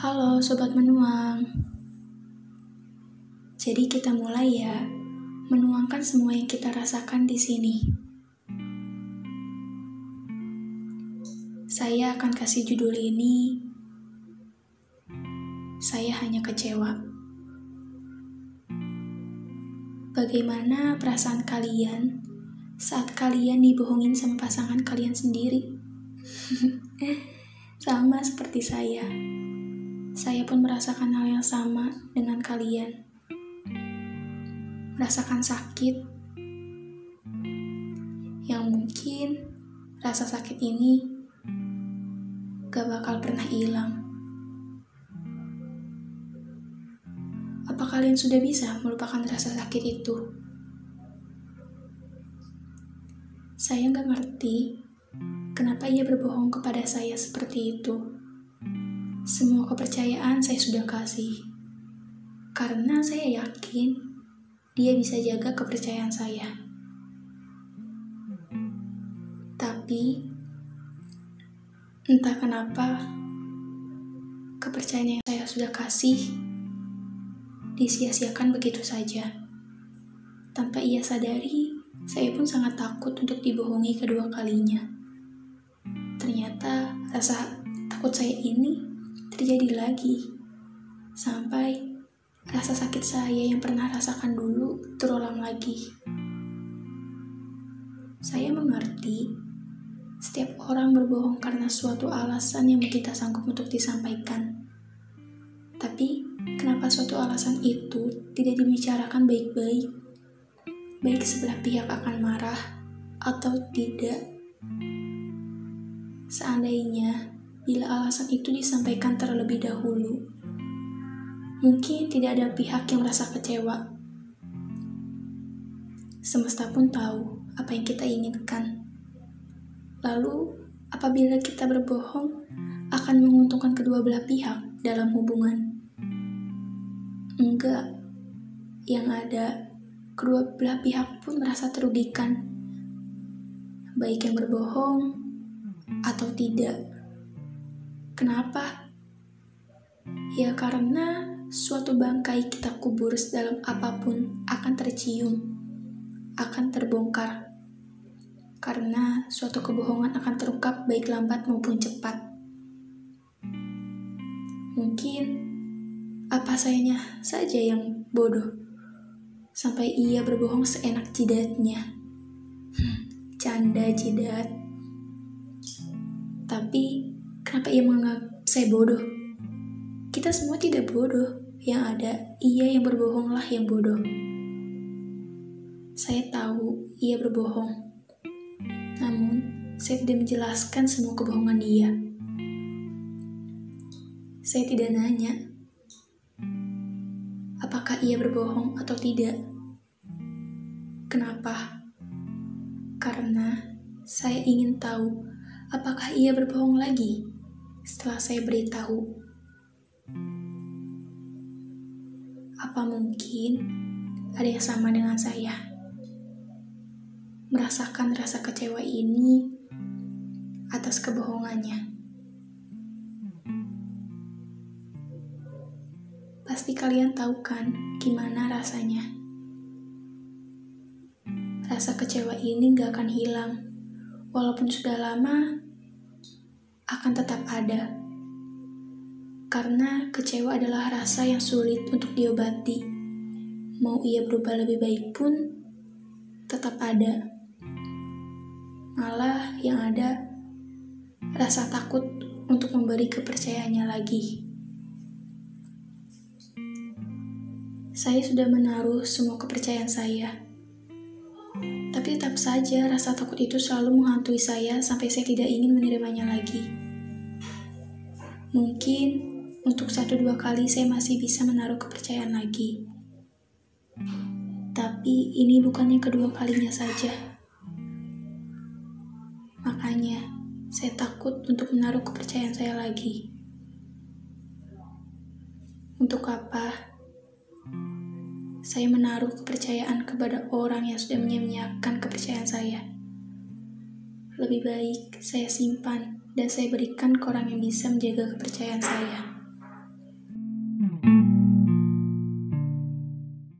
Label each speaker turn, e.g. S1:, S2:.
S1: Halo Sobat Menuang. Jadi kita mulai ya, menuangkan semua yang kita rasakan di sini. Saya akan kasih judul ini, Saya Hanya Kecewa. Bagaimana perasaan kalian saat kalian dibohongin sama pasangan kalian sendiri? Sama seperti saya. Saya pun merasakan hal yang sama dengan kalian. Merasakan sakit yang mungkin rasa sakit ini gak bakal pernah hilang. Apa kalian sudah bisa melupakan rasa sakit itu? Saya gak ngerti kenapa ia berbohong kepada saya seperti itu. Semua kepercayaan saya sudah kasih, karena saya yakin dia bisa jaga kepercayaan saya. Tapi entah kenapa kepercayaan yang saya sudah kasih disia-siakan begitu saja. Tanpa ia sadari, saya pun sangat takut untuk dibohongi kedua kalinya. Ternyata rasa takut saya ini terjadi lagi, sampai rasa sakit saya yang pernah rasakan dulu terulang lagi. Saya mengerti setiap orang berbohong karena suatu alasan yang kita sanggup untuk disampaikan. Tapi kenapa suatu alasan itu tidak dibicarakan baik-baik? Baik sebelah pihak akan marah atau tidak. Seandainya bila alasan itu disampaikan terlebih dahulu, mungkin tidak ada pihak yang merasa kecewa. Semesta pun tahu apa yang kita inginkan. Lalu, apabila kita berbohong, akan menguntungkan kedua belah pihak dalam hubungan? Enggak. Yang ada, kedua belah pihak pun merasa terugikan. Baik yang berbohong atau tidak. Kenapa? Ya karena suatu bangkai kita kubur dalam apapun akan tercium, akan terbongkar. Karena suatu kebohongan akan terungkap baik lambat maupun cepat. Mungkin apa sayanya saja yang bodoh, sampai ia berbohong seenak jidatnya. Canda jidat. Tapi kenapa ia menganggap saya bodoh? Kita semua tidak bodoh. Yang ada, ia yang berbohonglah yang bodoh. Saya tahu ia berbohong. Namun, saya tidak menjelaskan semua kebohongan dia. Saya tidak nanya apakah ia berbohong atau tidak. Kenapa? Karena saya ingin tahu apakah ia berbohong lagi setelah saya beritahu. Apa mungkin ada yang sama dengan saya? Merasakan rasa kecewa ini atas kebohongannya. Pasti kalian tahu kan gimana rasanya. Rasa kecewa ini gak akan hilang. Walaupun sudah lama, akan tetap ada. Karena kecewa adalah rasa yang sulit untuk diobati. Mau ia berubah lebih baik pun, tetap ada. Malah yang ada, rasa takut untuk memberi kepercayaannya lagi. Saya sudah menaruh semua kepercayaan saya. Tapi tetap saja rasa takut itu selalu menghantui saya sampai saya tidak ingin menerimanya lagi. Mungkin untuk 1-2 kali saya masih bisa menaruh kepercayaan lagi. Tapi ini bukan yang kedua kalinya saja. Makanya saya takut untuk menaruh kepercayaan saya lagi. Untuk apa saya menaruh kepercayaan kepada orang yang sudah menyia-nyiakan kepercayaan saya? Lebih baik saya simpan dan saya berikan ke orang yang bisa menjaga kepercayaan saya.